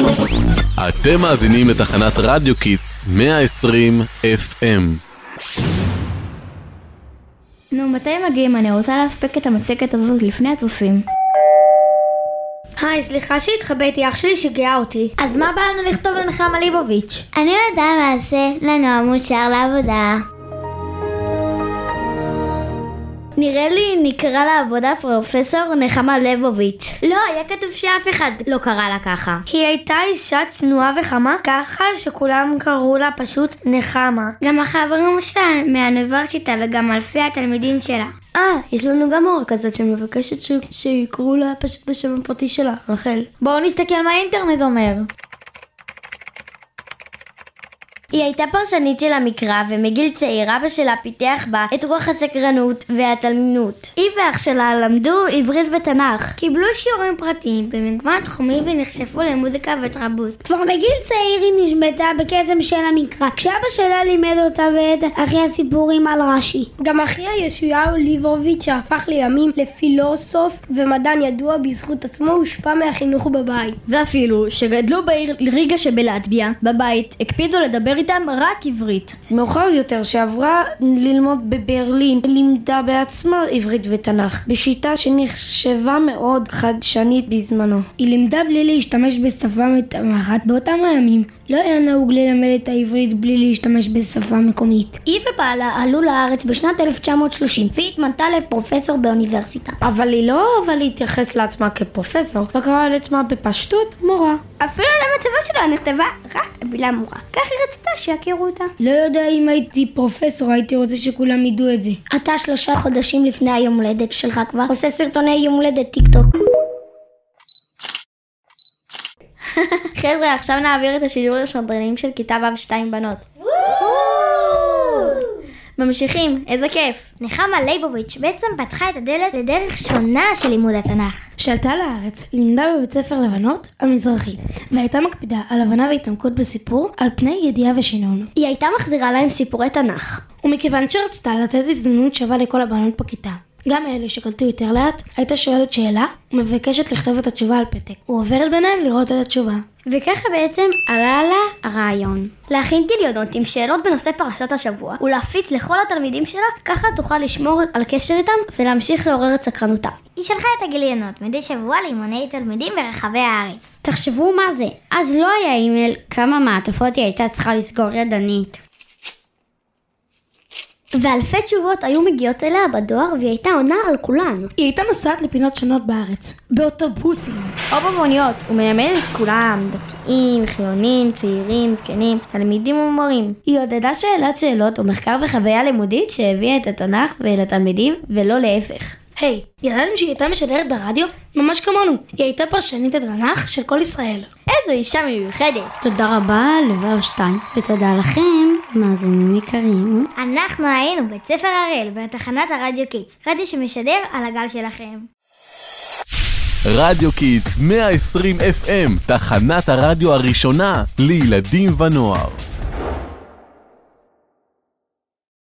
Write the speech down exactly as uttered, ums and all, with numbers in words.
אתם מאזינים לתחנת רדיו קיטס מאה ועשרים אף אם. נו, מתי מגיעים? אני רוצה להספק את המצגת הזאת לפני הצופים. היי, סליחה שהתחבאתי, אח שלי שגאה אותי. אז מה בא לנו לכתוב לנחמה ליבוביץ'? אני יודעה מה עשה לנו עמוד שער לעבודה. נראה לי נקרא לעבודה פרופסור נחמה ליבוביץ'. לא, היה כתוב שאף אחד לא קרא לה ככה. היא הייתה אישה צנועה וחמה, ככה שכולם קראו לה פשוט נחמה. גם החברים שלה מהאוניברסיטה וגם אלפי התלמידים שלה. אה, יש לנו גם מורה כזאת שמבקשת ש... שיקראו לה פשוט בשם הפרטי שלה, רחל. בואו נסתכל מה האינטרנט אומר. היא הייתה פרשנית של המקרא, ומגיל צעיר אבא שלה פיתח בה את רוח הסקרנות והתלמידות. היא ואח שלה למדו עברית ותנ"ך. קיבלו שיעורים פרטיים במגוון תחומים ונחשפו למוזיקה ותרבות. כבר בגיל צעיר היא נשבתה בקסם של המקרא, כשאבא שלה לימד אותה ואת אחיה סיפורים על רש"י. גם אחיה ישעיהו ליבוביץ' שהפך לימים לפילוסוף ומדען ידוע בזכות עצמו הושפע מהחינוך בבית. ואפילו שגדלו בעיר ריגה שבלטביה, בבית הקפידו לדבר איתם רק עברית. מאוחר יותר שעברה ללמוד בברלין, לימדה בעצמה עברית ותנ"ך, בשיטה שנחשבה מאוד חדשנית בזמנו. היא לימדה בלי להשתמש בשפה מתמחת. באותם הימים לא היה נהוג ללמד את העברית בלי להשתמש בשפה מקומית. היא ובעלה עלו לארץ בשנת אלף תשע מאות שלושים והיא התמנתה לפרופסור באוניברסיטה. אבל היא לא אהבה להתייחס לעצמה כפרופסור, וקראה לעצמה בפשטות מורה. אפילו למצבה שלה נכתבה רק המילה מורה. כך היא רצתה שיכירו אותה. לא יודע אם הייתי פרופסור, הייתי רוצה שכולם ידעו את זה. אתה שלושה חודשים לפני היום הולדת שלך כבר עושה סרטוני יום הולדת טיק טוק. חבר'ה, עכשיו נעביר את השידור לשדרנים של כיתה ו' שתיים בנות. ממשיכים, איזה כיף. נחמה ליבוביץ' בעצם פתחה את הדלת לדרך שונה של לימוד התנ"ך. שעלתה לארץ, לימדה בבית ספר לבנות המזרחי, והייתה מקפידה על הבנה והתעמקות בסיפור על פני ידיעה ושינון. היא הייתה מחזירה להם סיפורי תנ"ך. ומכיוון שרצתה לתת הזדמנות שווה לכל הבנות בכיתה, גם אלה שקלטו יותר לאט, הייתה שואלת שאלה ומבקשת לכתוב את התשובה על פתק. הוא עוברת ביניהם לראות את התשובה. וככה בעצם עלה לה הרעיון להכין גיליונות עם שאלות בנושא פרשת השבוע ולהפיץ לכל התלמידים שלה, ככה תוכל לשמור על קשר איתם ולהמשיך לעורר את סקרנותם. היא שלחה את הגיליונות מדי שבוע להמוני תלמידים ברחבי הארץ. תחשבו מה זה, אז לא היה אימייל, כמה מעטפות היא הייתה צריכה לסגור ידנית. ואלפי תשובות היו מגיעות אליה בדואר והיא הייתה עונה על כולן. היא הייתה נוסעת לפינות שונות בארץ, באוטובוסים או במוניות, ומלמדת את כולם, דתיים, חילונים, צעירים, זקנים, תלמידים ומורים. היא עודדה שאלת שאלות ומחקר וחוויה לימודית שהביאה את התנ"ך ולתלמידים ולא להפך. היי, hey, ידעתם שהיא הייתה משדרת ברדיו? ממש כמונו. היא הייתה פרשנית התנ"ך של כל ישראל. איזו אישה מיוחדת. תודה רבה לו' שתיים, ותודה לכם, מאזינים יקרים. אנחנו היינו בית ספר הראל בתחנת הרדיו קיטס, רדיו שמשדר על הגל שלכם. רדיו קיטס מאה ועשרים אף אם, תחנת הרדיו הראשונה לילדים ונוער.